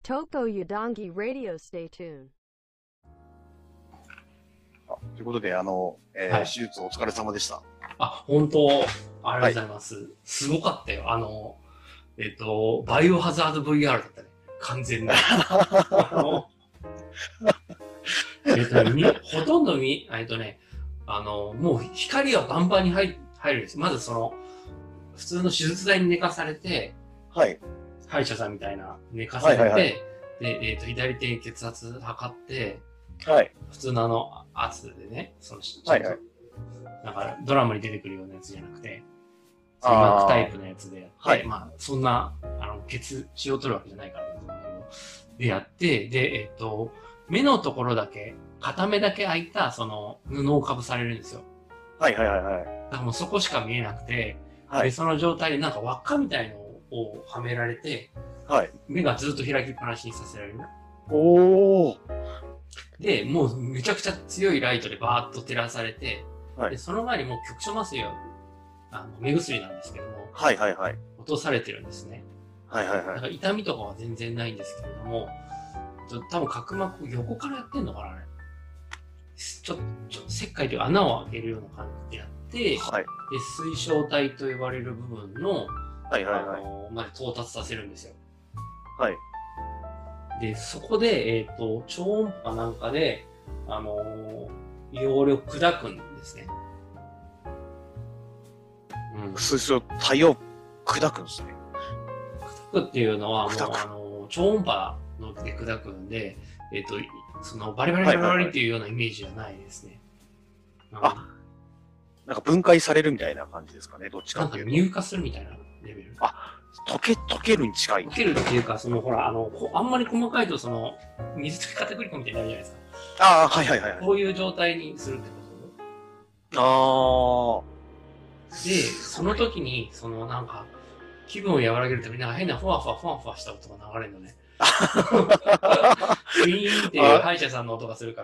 Toko Yudongi Radio Stay tuned. ということで、手術お疲れ様でした。 あ、本当、ありがとうございます。すごかったよ。バイオハザード VR だったね。完全に。ほとんどもう光がバンバンに入るんです。まず普通の手術台に寝かされて、 はい。 歯医者さんみたいな寝かされて、で、左手血圧測って、 はい。 普通の圧でね、 はいはい。 なんかドラマに出てくるようなやつじゃなくて、マークタイプのやつでやって、 はい、 まあ、そんな、血を取るわけじゃないからなんだけど、でやって、で、目のところだけ、片目だけ開いた、布をかぶされるんですよ。 はいはいはいはい。 だからもうそこしか見えなくて、 はい、 で、その状態でなんか輪っかみたいのをはめられて、 はい。 目がずっと開きっぱなしにさせられる。 おー。 で、もうめちゃくちゃ強いライトでバーッと照らされて、 はい、 でその前にもう局所麻酔を、目薬なんですけども、 はいはいはい。 落とされてるんですね。 はいはいはい。 だから痛みとかは全然ないんですけれども、多分角膜横からやってんのかな、あれ。ちょっと切開という穴を開けるような感じでやって、 はい、 で、水晶体と呼ばれる部分の、 はいはいはい。 まで到達させるんですよ。 はい。 で、そこで、超音波なんかで、葉緑砕くんですね。 うん。水晶体を砕くんですね。 砕くっていうのは、超音波で砕くんで、バリバリバリバリっていうようなイメージはないですね。 あ、なんか分解されるみたいな感じですかね、どっちかっていうと。 なんか乳化するみたいなレベル。 あ、溶けるに近い。 溶けるっていうか、ほら、あんまり細かいと、水溶き片栗粉みたいになるじゃないですか。 ああ、はいはいはい。 こういう状態にするってことああ。 で、その時に、なんか、気分を和らげるために、なんか変なふわふわした音が流れるのね。ウィーンっていう歯医者さんの音がするから、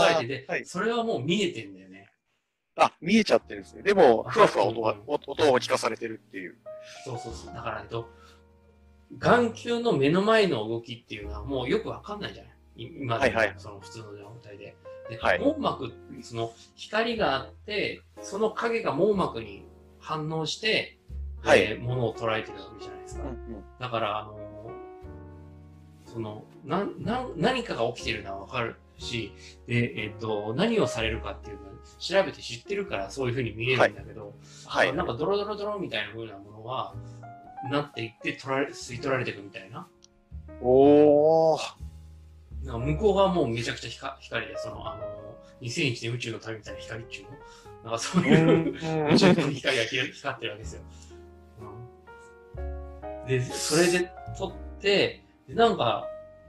で、流れてて、はい、それはもう見えてんだよね。 あ、見えちゃってるんですね。でも、ふわふわ音を聞かされてるっていう。 そうそうそう。だから、眼球の目の前の動きっていうのはもうよくわかんないじゃない。今でも、普通の状態で。で、網膜、光があって、その影が網膜に反応して、物を捉えてるわけじゃないですか。だから、何かが起きてるのはわかるし、で、何をされるかっていうのを調べて知ってるからそういう風に見えるんだけど、なんかドロドロドロみたいな風なものは、なっていって吸い取られていくみたいな。 おー。 なんか向こうがもうめちゃくちゃ光で、2001年宇宙の旅みたいな光っていうのなんかそういう宇宙の光が光ってるわけですよ。で、それで撮って、で、なんか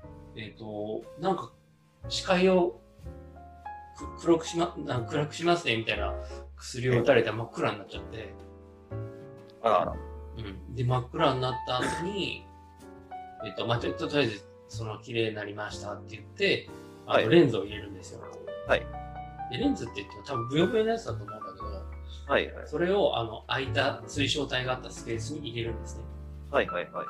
視界を暗くしますねみたいな薬を打たれたら真っ暗になっちゃって。 あら。 うん。で、真っ暗になった後に、とりあえず、綺麗になりましたって言って、レンズを入れるんですよ。 はい。 で、レンズって言っても多分ブヨブヨのやつだと思うんだけど、 はいはい。 それを、空いた水晶体があったスペースに入れるんですね。 はいはいはい。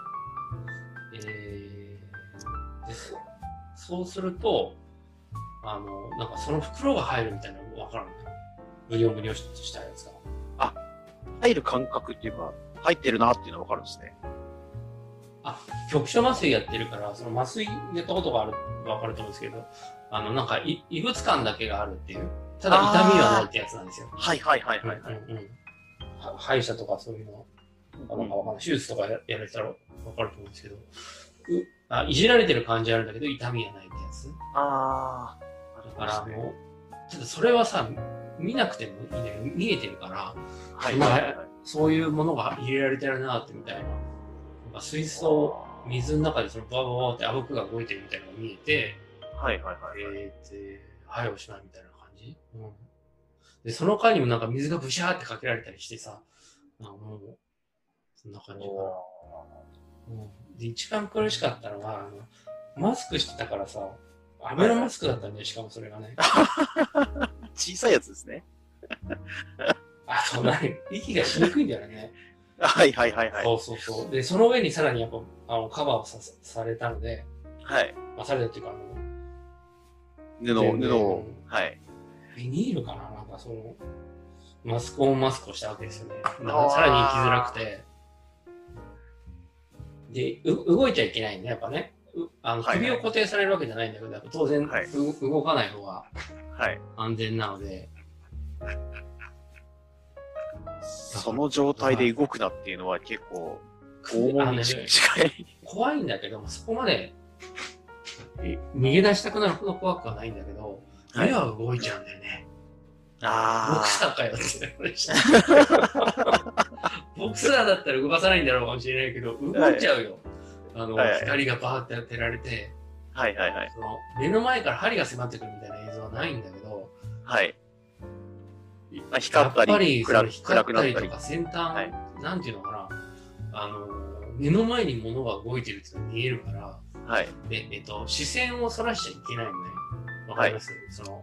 そうすると、なんかその袋が入るみたいなのがわかるのね。ブニョブニョしたやつが。 あ、入る感覚っていうか、入ってるなっていうのがわかるんですね。 あ、局所麻酔やってるから、麻酔やったことがある、わかると思うんですけど、なんか異物感だけがあるっていう。ただ痛みはないってやつなんですよ。 はいはいはいはい。 歯医者とかそういうの、なんかわかんない。手術とかやられたらわかると思うんですけど、いじられてる感じあるんだけど、痛みがないってやつ。 ああ。 だからただそれはさ、見なくてもいいんだけど、見えてるから、そういうものが入れられてるなってみたいな。水槽、水の中でバーバーってあぶくが動いてるみたいなのが見えて、 はいはいはい。 はいおしまいみたいな感じ。で、その間にもなんか水がブシャーってかけられたりしてさ、もう、そんな感じかな。で、一番苦しかったのは、マスクしてたからさ、アベノマスクだったんだよ、しかもそれがね。 小さいやつですね。 息がしにくいんだよね。 はいはいはいはい。 そう。で、その上にさらにやっぱカバーをされたので、 はい。 まあ、されたっていうか、 布を、はい。 ビニールかななんかマスクオンマスクをしたわけですよね。だからさらに生きづらくて。で、動いちゃいけないんで、やっぱね。首を固定されるわけじゃないんだけど、やっぱ当然、はい、動かない方が安全なので。 その状態で動くなっていうのは結構、拷問に近い。 怖いんだけども、そこまで逃げ出したくなるほど怖くはないんだけど、目は動いちゃうんだよね。ボクサーかよって言ボクサーだったら動かさないんだろうかもしれないけど、動いちゃうよ。光がバーって当てられて、目の前から針が迫ってくるみたいな映像はないんだけど、 はい。光ったり、 光ったりとか先端、なんていうのかな、目の前に物が動いてるって見えるから、 はい。 で、視線をそらしちゃいけないのね。わかります？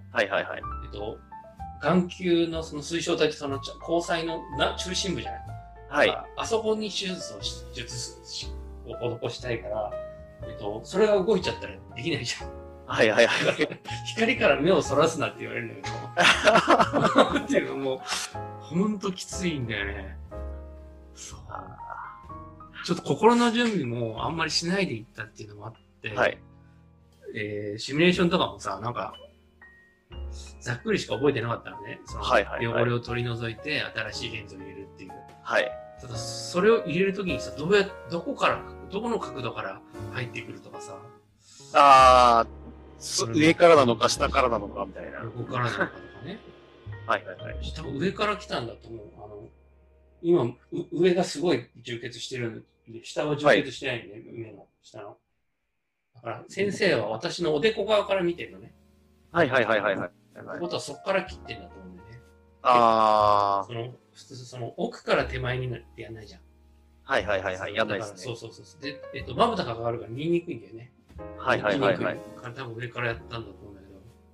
眼球のその水晶体って交際の中心部じゃない。はい。あそこに手術を施したいから、それが動いちゃったらできないじゃん。 はいはいはい。 光から目をそらすなって言われるんだけど。っていうのも、ほんときついんだよね。そう。ちょっと心の準備もあんまりしないでいったっていうのもあって、はい。シミュレーションとかもさ、なんか、ざっくりしか覚えてなかったのね。汚れを取り除いて新しいレンズを入れるっていう。はい。ただ、それを入れるときにさ、どこの角度から入ってくるとかさ。 上からなのか下からなのかみたいな。 横からなのかとかね。 はいはいはい。 多分上から来たんだと思う。今、上がすごい充血してるんで、下は充血してないんで、上の、下の。だから、先生は私のおでこ側から見てるのね。 はいはいはいはい。 ってことはそこから切ってんだと思うんだよね。普通奥から手前になってやんないじゃん。 はいはいはいはい。やんないですね。 そう。で、まぶたがかかるから見にくいんだよね。 はいはいはいはい。 多分上からやったんだと思うんだ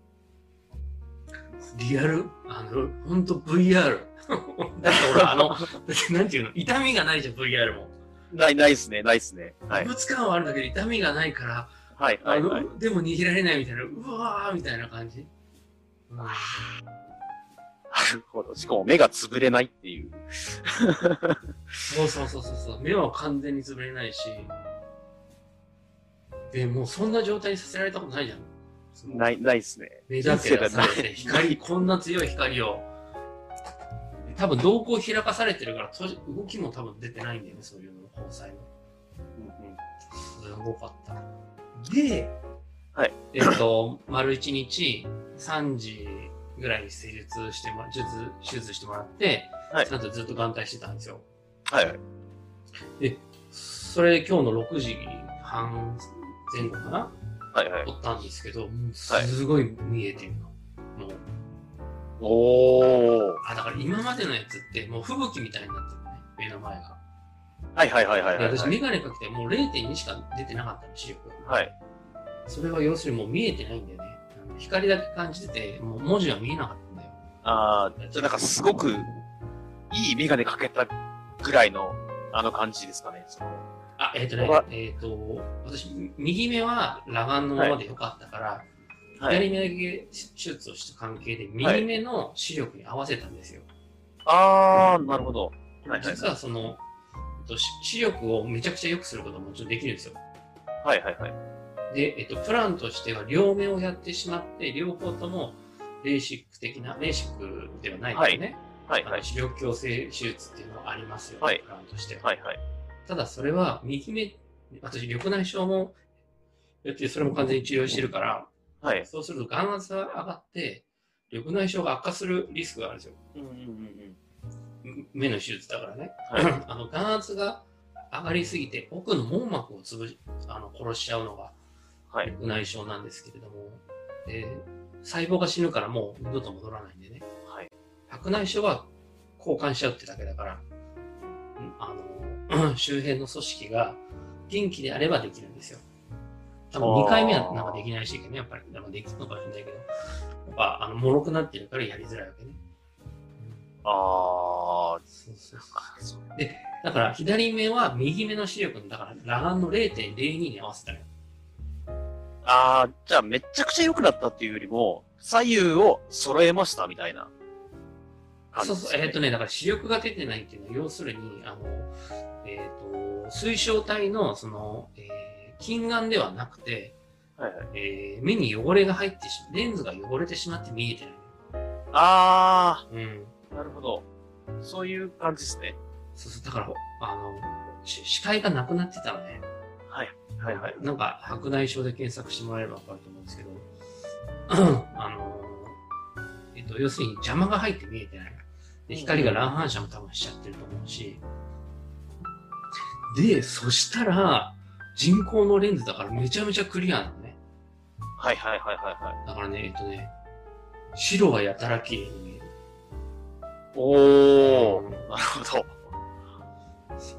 けど。リアルほんと VR。だってほら、なんていうの痛みがないじゃん、VR も。 ないですね、ないですね。 はい。異物感はあるんだけど、痛みがないから、はいはいはい。でも逃げられないみたいな、うわーみたいな感じ。 なるほど。しかも目が潰れないっていう。 そう。目は完全に潰れないし。で、もうそんな状態にさせられたことないじゃん。 ないっすね。 目だけがされて、こんな強い光を。多分瞳孔開かされてるから、動きも多分出てないんだよね、そういうの、交際の。それが多かった。で、はい。丸1日、3時ぐらいに手術してもらって、はい、ちゃんとずっと眼帯してたんですよ。はい。で、それで今日の6時半前後かな、はいはい。撮ったんですけど、すごい見えてるの。もう。だから今までのやつってもう吹雪みたいになってるね、目の前が。はい。私メガネかけてもう 0.2 しか出てなかったの、視力が。はい。それは要するにもう見えてないんだよね。光だけ感じてて、もう文字は見えなかったんだよ。 じゃあなんかすごくいいメガネかけたぐらいの感じですかね。 私、右目は裸眼のままでよかったから、左目だけ手術をした関係で、右目の視力に合わせたんですよ。 なるほど。 実は視力をめちゃくちゃ良くすることももちろんできるんですよ。はい。で、プランとしては両目をやってしまって、両方ともレーシックではないけどね。視力矯正手術っていうのがありますよ、プランとしては。ただそれは右目、私緑内障もやってそれも完全に治療してるから、そうすると眼圧が上がって、緑内障が悪化するリスクがあるんですよ。目の手術だからね。眼圧が上がりすぎて、奥の網膜を殺しちゃうのが緑内障なんですけれども、細胞が死ぬからもう二度と戻らないんでね。白内障は交換しちゃうってだけだから、周辺の組織が元気であればできるんですよ。多分2回目はなんかできないしね、やっぱりできるのかもしれないけど、やっぱ脆くなってるからやりづらいわけね。 ああ、 そうそうそう。で、だから左目は右目の視力の、だから裸眼の 0.02 に合わせたのよ。 ああ、じゃあめっちゃくちゃ良くなったっていうよりも、左右を揃えましたみたいな感じですね。 そうそう、だから視力が出てないっていうのは、要するに、水晶体の、近眼ではなくて、 はいはい。 目に汚れが入ってレンズが汚れてしまって見えてない。 あうん。 あ、なるほど。そういう感じですね。 そうそう、だから、視界がなくなってたのね。 はい。はいはい。 なんか、白内障で検索してもらえればわかると思うんですけど、要するに邪魔が入って見えてない。で、光が乱反射も多分しちゃってると思うし。で、そしたら、人工のレンズだからめちゃめちゃクリアなのね。 はいはいはいはいはい。 だからね、白がやたら綺麗に見える。 おー、なるほど。 そう、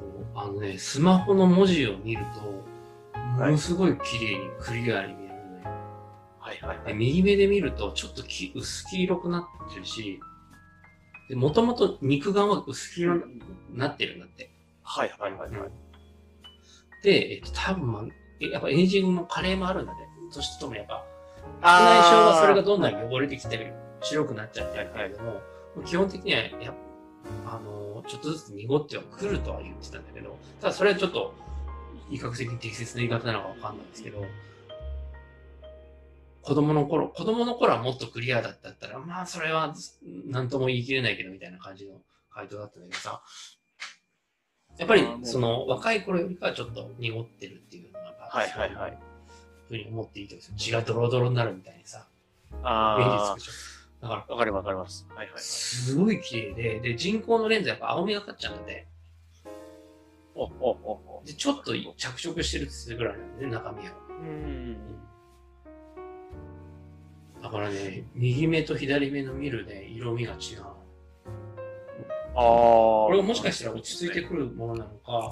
スマホの文字を見ると、ものすごい綺麗にクリアに見えるのね。 はいはいはい。 で、右目で見ると、ちょっと薄黄色くなってるし、で、もともと肉眼は薄黄色になってるんだって。 はいはいはいはい。 で、多分、やっぱエイジングの加齢もあるんだね。そしてともやっぱ、白内障はそれがどんどん汚れてきて白くなっちゃってるけれども、基本的にはちょっとずつ濁ってはくるとは言ってたんだけど、ただそれはちょっと、比較的適切な言い方なのかわかんないんですけど、子供の頃はもっとクリアだったら、まあそれは何とも言い切れないけどみたいな感じの回答だったんだけどさ、やっぱり若い頃よりかはちょっと濁ってるっていうのが、 はいはいはい。 ふうに思っていいと思うんですよ。血がドロドロになるみたいにさ。 ああ。だから、 わかりますわかります。はいはいはい。 すごい綺麗で、人工のレンズやっぱ青みがかっちゃうんで、で、ちょっと着色してるってするぐらいなんでね、中身を。だからね、右目と左目の見るね、色味が違う。これがもしかしたら落ち着いてくるものなのか、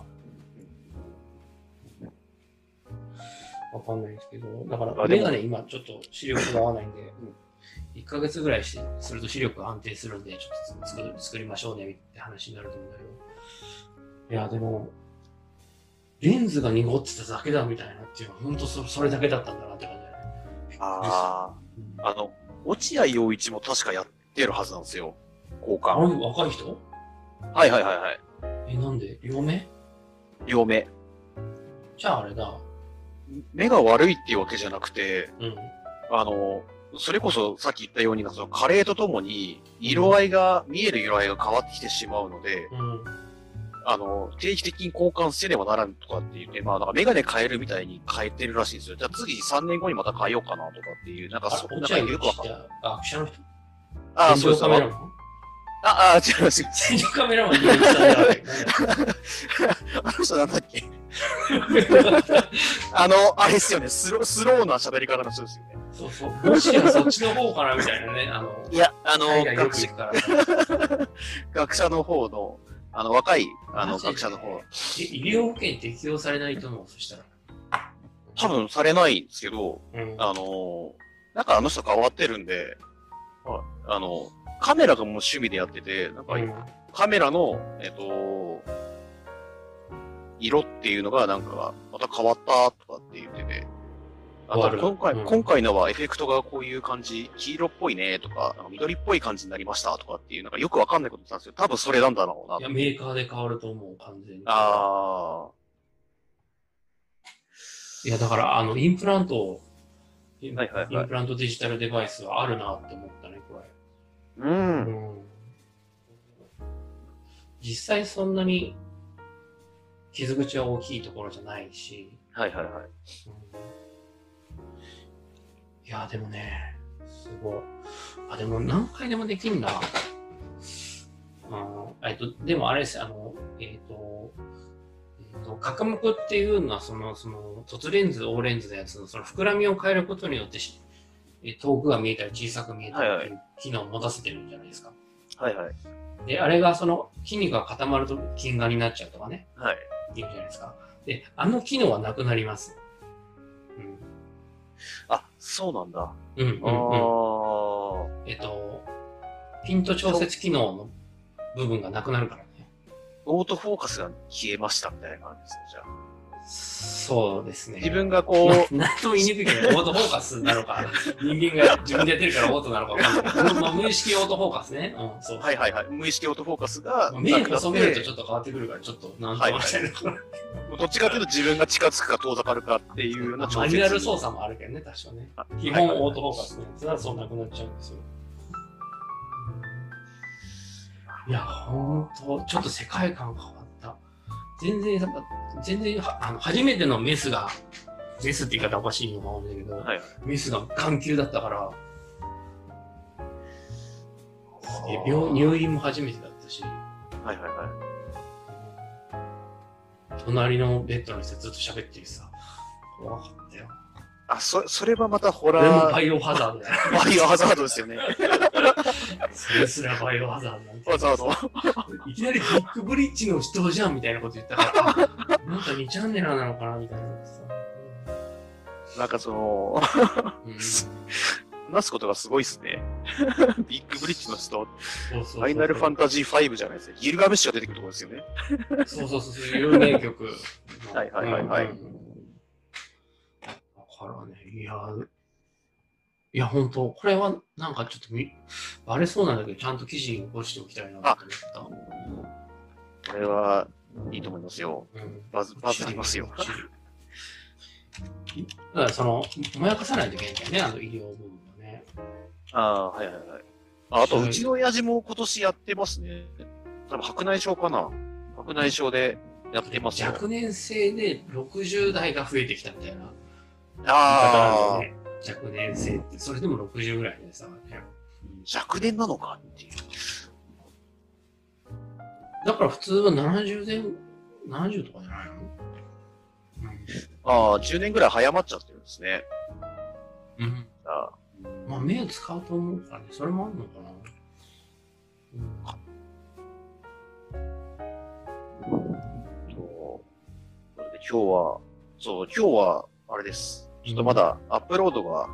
わかんないですけど、だから目がね、今ちょっと視力が合わないんで、1ヶ月ぐらいすると視力が安定するんで、ちょっと作りましょうねって話になると思うんだけど。いや、でも、レンズが濁ってただけだみたいなっていうのは、ほんとそれだけだったんだなって感じだね。 落合陽一も確かやってるはずなんですよ。交換。 若い人？ はいはいはいはい。 なんで両目？ 両目。 じゃああれだ。 目が悪いっていうわけじゃなくて、 うん。 それこそさっき言ったように、加齢とともに、色合いが、見える色合いが変わってきてしまうので、定期的に交換せねばならんとかって言って、なんかメガネ変えるみたいに変えてるらしいんですよ。じゃあ次3年後にまた変えようかなとかっていう、なんかよくわかんない。 学者の人？ そうです。 カメラマン？ 違います。 戦場カメラマンに言ったんだ。 あの人なんだっけあれですよね、スローな喋り方の人ですよね。 そうそう。もしやそっちの方かなみたいなね。 いや、学者の方の、若い、学者の方。 医療保険適用されないと思う、そしたら。 多分されないんですけど、なんかあの人変わってるんで、カメラがもう趣味でやってて、なんか、カメラの、色っていうのがなんか、また変わったとかって言ってて、あと今回のはエフェクトがこういう感じ、黄色っぽいねとか、緑っぽい感じになりましたとかっていう、なんかよくわかんないこと言ったんですよ。多分それなんだろうな。 いや、メーカーで変わると思う、完全に。いや、だから、インプラントデジタルデバイスはあるなって思ったね、これ。実際そんなに傷口は大きいところじゃないし。いや、でもね、すごい。でも何回でもできんだ。でもあれですよ、角膜っていうのは、凸レンズ、大レンズのやつの、膨らみを変えることによって、遠くが見えたり小さく見えたりっていう機能を持たせてるんじゃないですか。で、あれが筋肉が固まると近眼になっちゃうとかね。言うじゃないですか。で、機能はなくなります。 そうなんだ。 ピント調節機能の部分がなくなるからね。 オートフォーカスが消えましたみたいな感じですね、じゃあ。 そうですね。 自分がこう、 なんとも言いにくいけど、オートフォーカスなのか、人間が自分でやってるからオートなのかわかんないけど、まあ、無意識オートフォーカスね。うん、そう。 はいはいはい。無意識オートフォーカスが、 目細めるとちょっと変わってくるから、ちょっと、なんとも言えない。 どっちかというと自分が近づくか遠ざかるかっていうようなマニュアル操作もあるけどね、確かね。基本オートフォーカスのやつはそうなくなっちゃうんですよ。いや、ほんと、ちょっと世界観変わった。全然、初めてのメスって言い方おかしいのかもしれないけど、はい、メスが眼球だったから、入院も初めてだったし、 はいはいはい。 隣のベッドの人ずっと喋ってるさ、怖かったよ。 あ、それはまたホラー。 これもバイオハザードだよ。 バイオハザードですよね。 それすらバイオハザードなんて。 ハザードいきなりビッグブリッジの人じゃんみたいなこと言ったから、なんか2チャンネルなのかなみたいなさ。 なんか話すことがすごいっすね。ビッグブリッジの人。ファイナルファンタジー5じゃないですね。ギルガメッシュが出てくるところですよね。 そう、有名曲。 はいはいはいはい。 だからね、いや、本当これはなんかちょっとバレそうなんだけど、ちゃんと記事に残しておきたいなと思った。 これはいいと思いますよ。バズりますよ。 だからもやかさないといけないんだよね、医療部分はね。 はいはいはい。あと、うちの親父も今年やってますね。多分白内障かな。白内障でやってますよ。 若年性で60代が増えてきたみたいな。 ね、 若年性って、それでも60ぐらいでさ、 若年なのかっていう。 だから普通は70とかじゃないの 10年ぐらい早まっちゃってるんですね。 まあ、目を使うと思うからね、それもあるのかな。今日は、あれです。ちょっとまだアップロードが、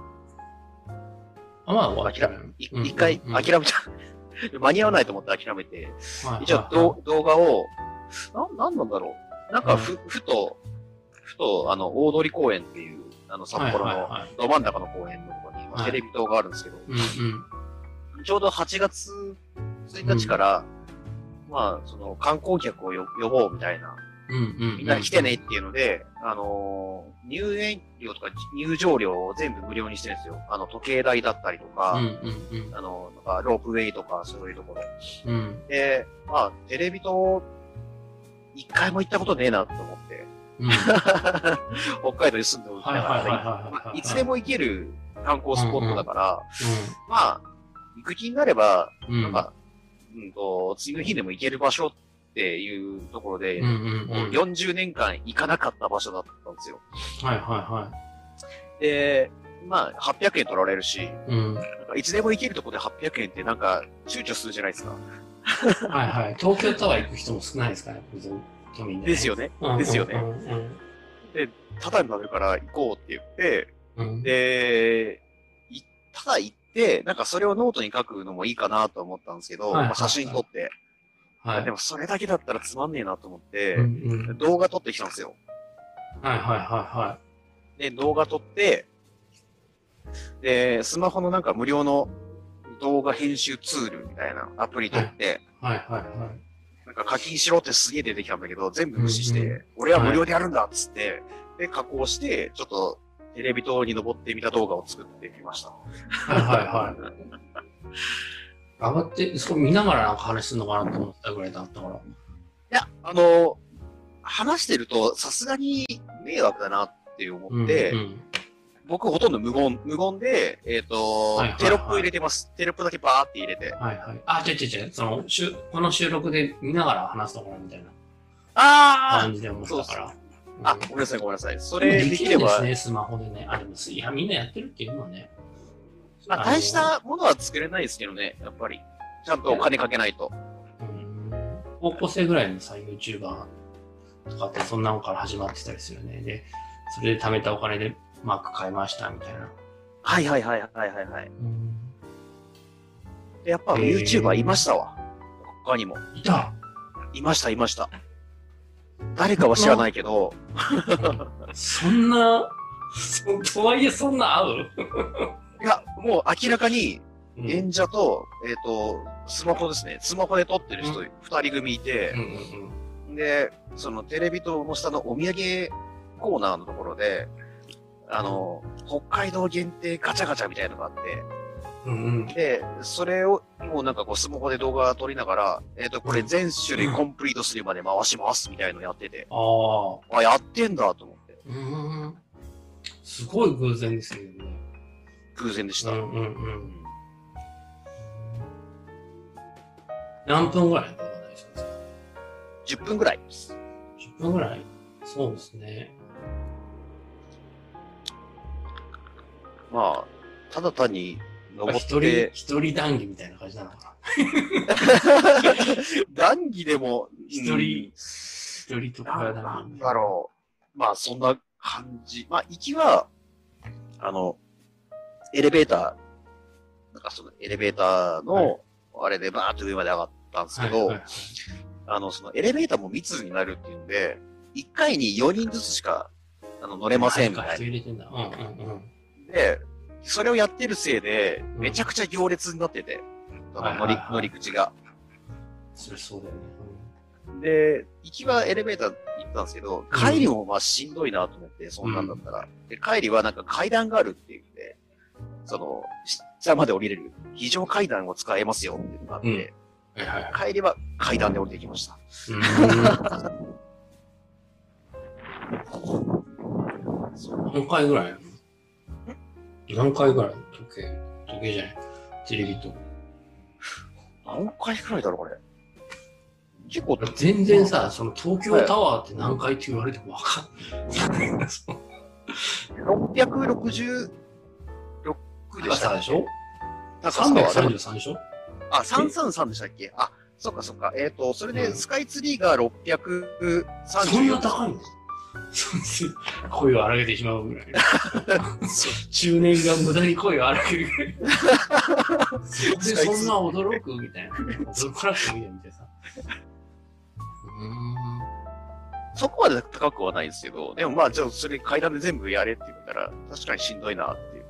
一回諦めた。間に合わないと思って諦めて、一応動画を、なんなんだろう。なんかふと、大通公園っていう、札幌のど真ん中の公園のところに、テレビ塔があるんですけど、ちょうど8月1日から、観光客を呼ぼうみたいな、みんな来てねっていうので、入園料とか入場料を全部無料にしてるんですよ。時計台だったりとか、なんかロープウェイとかそういうところで。で、テレビ塔、一回も行ったことねえなと思って。北海道に住んでおきながら、いつでも行ける観光スポットだから、行く気になれば、なんか、次の日でも行ける場所っていうところで、もう40年間行かなかった場所だったんですよ。で、800円取られるし、いつでも行けるところで800円ってなんか躊躇するじゃないですか。 東京タワー行く人も少ないですからね、 ですよね。ですよね。で、ただになるから行こうって言って、で、ただ行って、なんかそれをノートに書くのもいいかなと思ったんですけど、写真撮って。でもそれだけだったらつまんねえなと思って、動画撮ってきたんですよ。で、動画撮って、で、スマホのなんか無料の動画編集ツールみたいなアプリ撮って、なんか課金しろってすげえ出てきたんだけど、全部無視して、俺は無料でやるんだっつって、で、加工して、ちょっとテレビ塔に登ってみた動画を作ってみました。 上がって、そこ見ながらなんか話するのかなと思ったぐらいだったから。いや、話してるとさすがに迷惑だなって思って、僕ほとんど無言で、テロップ入れてます。テロップだけバーって入れて。 この収録で見ながら話すのかなみたいな感じで思ったから。 ごめんなさい。それできれば。ですね、スマホでね。でもみんなやってるっていうのはね。 大したものは作れないですけどね、やっぱり。ちゃんとお金かけないと。 高校生ぐらいのさ、YouTuber とかってそんなのから始まってたりするね。で、それで貯めたお金でMac買いましたみたいな。 でやっぱ YouTuber いましたわ。 他にも。 いた。 いました、いました。誰かは知らないけど。 そんな、とはいえそんな合ういや、もう明らかに、演者と、スマホですね。スマホで撮ってる人、二人組いて、で、そのテレビ塔の下のお土産コーナーのところで、北海道限定ガチャガチャみたいなのがあって、で、それを、もうなんかこうスマホで動画撮りながら、これ全種類コンプリートするまで回しますみたいなのやってて、あ、やってんだと思って。 すごい偶然ですね。 偶然でした。 何分ぐらいの動画なんですか ?10 分ぐらいです。 10分ぐらいそうですね。 まあ、ただ単に登って。 一人談義みたいな感じなのかな。 談義でも、 一人とかなんだろう。まあ、そんな感じ。まあ、行きは、エレベーター、なんかそのエレベーターの、あれでバーッと上まで上がったんですけど、そのエレベーターも密になるっていうんで、1回に4人ずつしか乗れませんみたいな。で、それをやってるせいで、めちゃくちゃ行列になってて、乗り口が。 それそうだよね。 で、行きはエレベーター行ったんですけど、帰りもまあしんどいなと思って、そんなんだったら。で、帰りはなんか階段があるっていうんで、下まで降りれる非常階段を使えますよっていうのがあって、帰りは階段で降りてきました。 何回ぐらい何回ぐらい時計じゃないテレビと。 何回くらいだろうこれ。結構。 全然さ、その東京タワーって何回って言われてもわかんない。 666でしたでしょ ?333 でしょあ、333でしたっけあ、そっかそっか。それでスカイツリーが634。 そんな高いんです声を荒げてしまうぐらい。中年が無駄に声を荒げるぐらい。そんな驚くみたいな。驚かなくてもいいやみたいなさ。 そこまで高くはないですけど、でもまあ、じゃあそれ階段で全部やれって言ったら、確かにしんどいなっていう。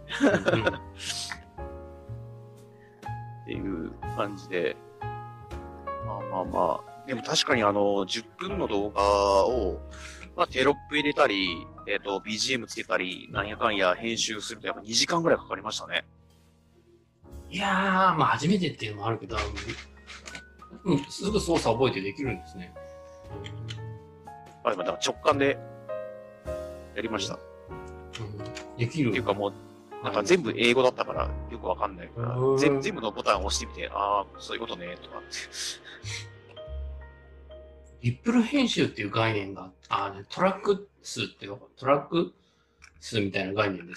っていう感じで。まあ。でも確かに10分の動画を、まあ、テロップ入れたり、BGM つけたり、なんやかんや編集するとやっぱ2時間ぐらいかかりましたね。 いやー、まあ初めてっていうのもあるけど、すぐ操作覚えてできるんですね。 あ、でもだから直感でやりました。 できる。 っていうかもう、なんか全部英語だったからよくわかんないから、全部のボタンを押してみて、ああ、そういうことね、とかって。 リップル編集っていう概念が、トラック数っていうか、トラック数みたいな概念です。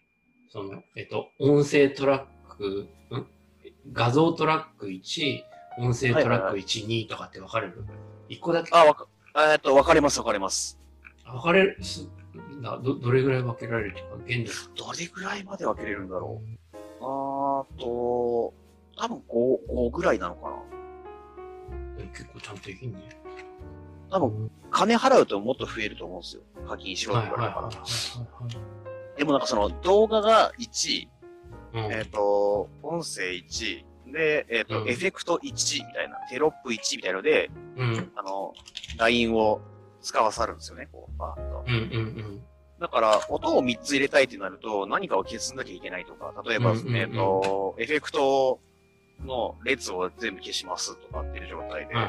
音声トラック、画像トラック1、音声トラック1、2とかって分かれる ?1 個だけ分かれます。 分かれる、どれぐらい分けられるっていうか、現在。 どれぐらいまで分けれるんだろう。多分5ぐらいなのかな。 結構ちゃんとできんね。 多分、金払うともっと増えると思うんですよ。課金しろって言われたから。でもなんかその動画が1、音声1、で、エフェクト1みたいな、テロップ1みたいなので、ラインを使わさるんですよね、こう、バーッと。だから、音を3つ入れたいってなると、何かを消さなきゃいけないとか、例えば、エフェクトの列を全部消しますとかっていう状態で、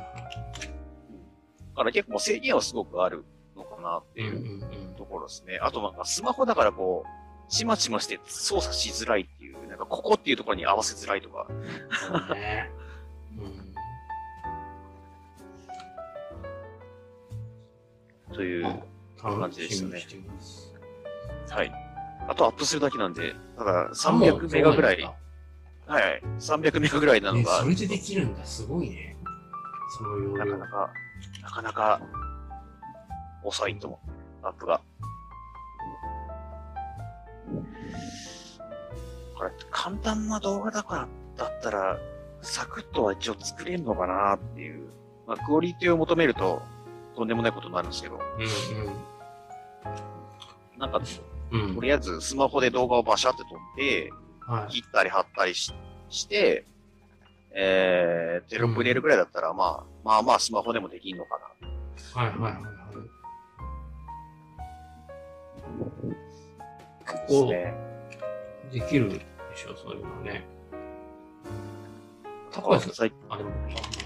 だから結構制限はすごくあるのかなっていうところですね。あとなんかスマホだからこう、ちまちまして操作しづらいっていう、なんかここっていうところに合わせづらいとか。という感じでしたね。はい。あとアップするだけなんで、ただ300メガぐらい。はい。300メガぐらいなのが。 それでできるんだ。すごいね。その容量。 なかなか遅いと思う。アップが。これ簡単な動画だったら、 サクッとは一応作れるのかなっていう。まあ、クオリティを求めると、とんでもないことになるんですけど。なんか、とりあえずスマホで動画をバシャって撮って、切ったり貼ったりして、テロップ入れるぐらいだったら、まあスマホでもできんのかな。 はいはいはいはい。結構、できるでしょ、そういうのね。高いですね。あ、でも、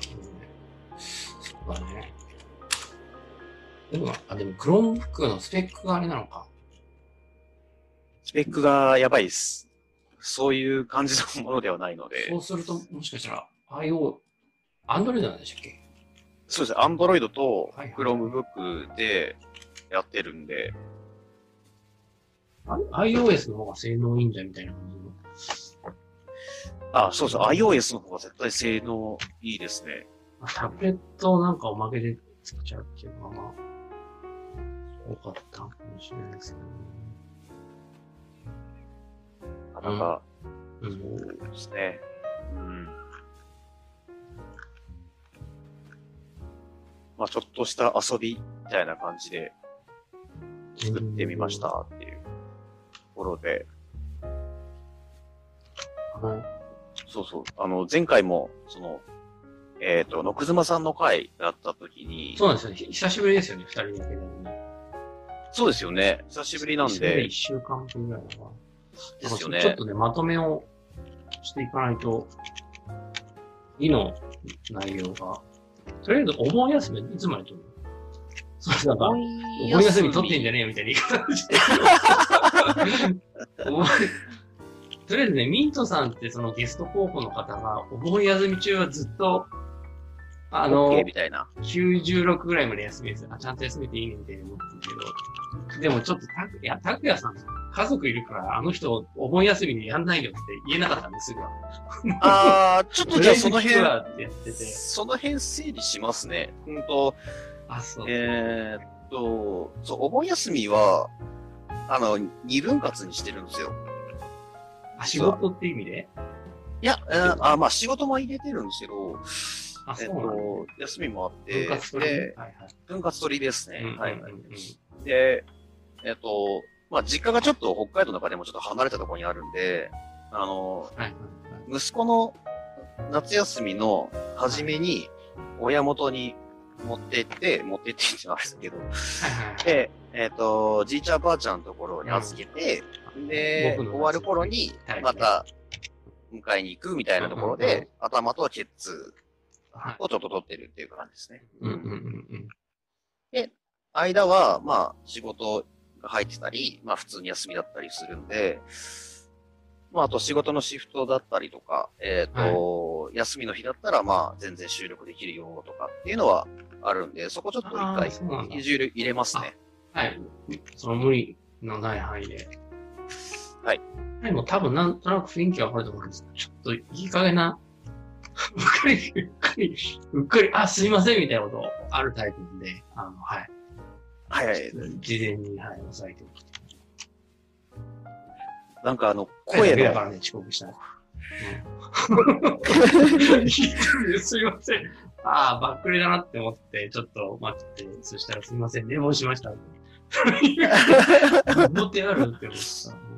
そうだね。でも、Chromebook のスペックがあれなのか。 スペックがやばいです。そういう感じのものではないので。 そうすると、もしかしたら、Android なんでしたっけ？ そうです。Android と Chromebook でやってるんで。 iOS の方が性能いいんじゃみたいな感じの。 あ、そうそう。iOS の方が絶対性能いいですね。 タブレットをなんかおまけでつけちゃうっていうのは、まあ、多かったかもしれないですけどね。 なんか、そうですね。まあ、ちょっとした遊びみたいな感じで作ってみましたっていうところで。そうそう。前回も、のくずまさんの回だった時に。 そうなんですよね。久しぶりですよね、二人だけでね。 そうですよね。久しぶりなんで。 一週間分ぐらいだから。 ですよね。 ちょっとね、まとめをしていかないと、次の内容が。とりあえず、お盆休みいつまで取るの？そうだから、お盆休み取ってんじゃねえよみたいな言い方して。とりあえずね、ミントさんってそのゲスト候補の方が、お盆休み中はずっと、 みたいな。 96ぐらいまで休みですよ。ちゃんと休めていいねみたいな思ってるけど。でもちょっと拓也さん、家族いるから、あの人、お盆休みにやんないよって言えなかったんですが。 ちょっとじゃあその辺、 その辺整理しますね。 そう。 そう、お盆休みは、二分割にしてるんですよ。 仕事って意味で？ いや、まあ仕事も入れてるんですけど、休みもあって、分割取りですね。はい。で、まあ実家がちょっと北海道の中でもちょっと離れたところにあるんで、息子の夏休みの初めに親元に持ってってって言ってましたけど、で、じいちゃんばあちゃんのところに預けて、で、終わる頃にまた迎えに行くみたいなところで、頭とケツをちょっと取ってるっていう感じですね。で、間は、まあ、仕事が入ってたり、まあ、普通に休みだったりするんで、まあ、あと仕事のシフトだったりとか、休みの日だったら、まあ、全然収録できるよとかっていうのはあるんで、そこちょっと一回、スケジュール入れますね。 はい。その無理のない範囲で。 はい。 でも多分なんとなく雰囲気はわかると思うんですけど、ちょっといい加減な、うっかり、すいませんみたいなことあるタイプなんで、はい。 はい。 事前に、押さえておく。 なんか声だからね、遅刻した。すいません。バックレだなって思って、ちょっと待って、そしたらすいません、寝坊しました。持ってあるって思った。